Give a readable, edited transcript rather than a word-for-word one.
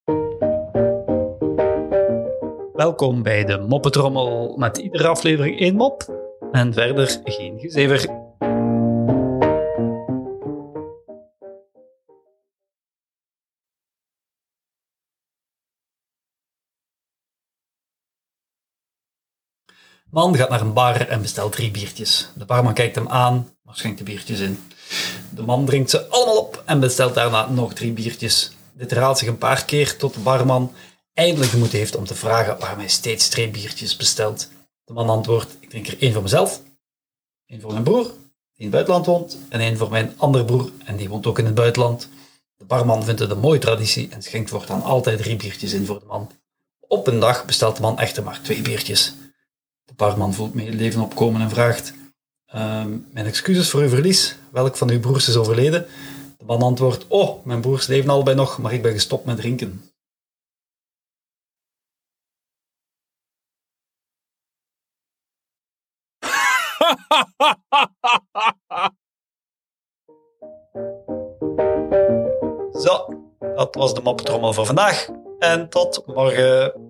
Welkom bij de Moppetrommel met iedere aflevering 1 mop en verder geen gezever. Man gaat naar een bar en bestelt 3 biertjes. De barman kijkt hem aan, maar schenkt de biertjes in. De man drinkt ze allemaal op en bestelt daarna nog 3 biertjes. Dit herhaalt zich een paar keer tot de barman eindelijk de moed heeft om te vragen waarom hij steeds 2 biertjes bestelt. De man antwoordt: ik drink er 1 voor mezelf, 1 voor mijn broer, die in het buitenland woont, en 1 voor mijn andere broer, en die woont ook in het buitenland. De barman vindt het een mooie traditie en schenkt voortaan altijd 3 biertjes in voor de man. Op een dag bestelt de man echter maar 2 biertjes. De barman voelt medeleven opkomen en vraagt: mijn excuses voor uw verlies. Welk van uw broers is overleden? De man antwoordt: oh, mijn broers leven allebei nog, maar ik ben gestopt met drinken. Zo, dat was de moppetrommel voor vandaag. En tot morgen.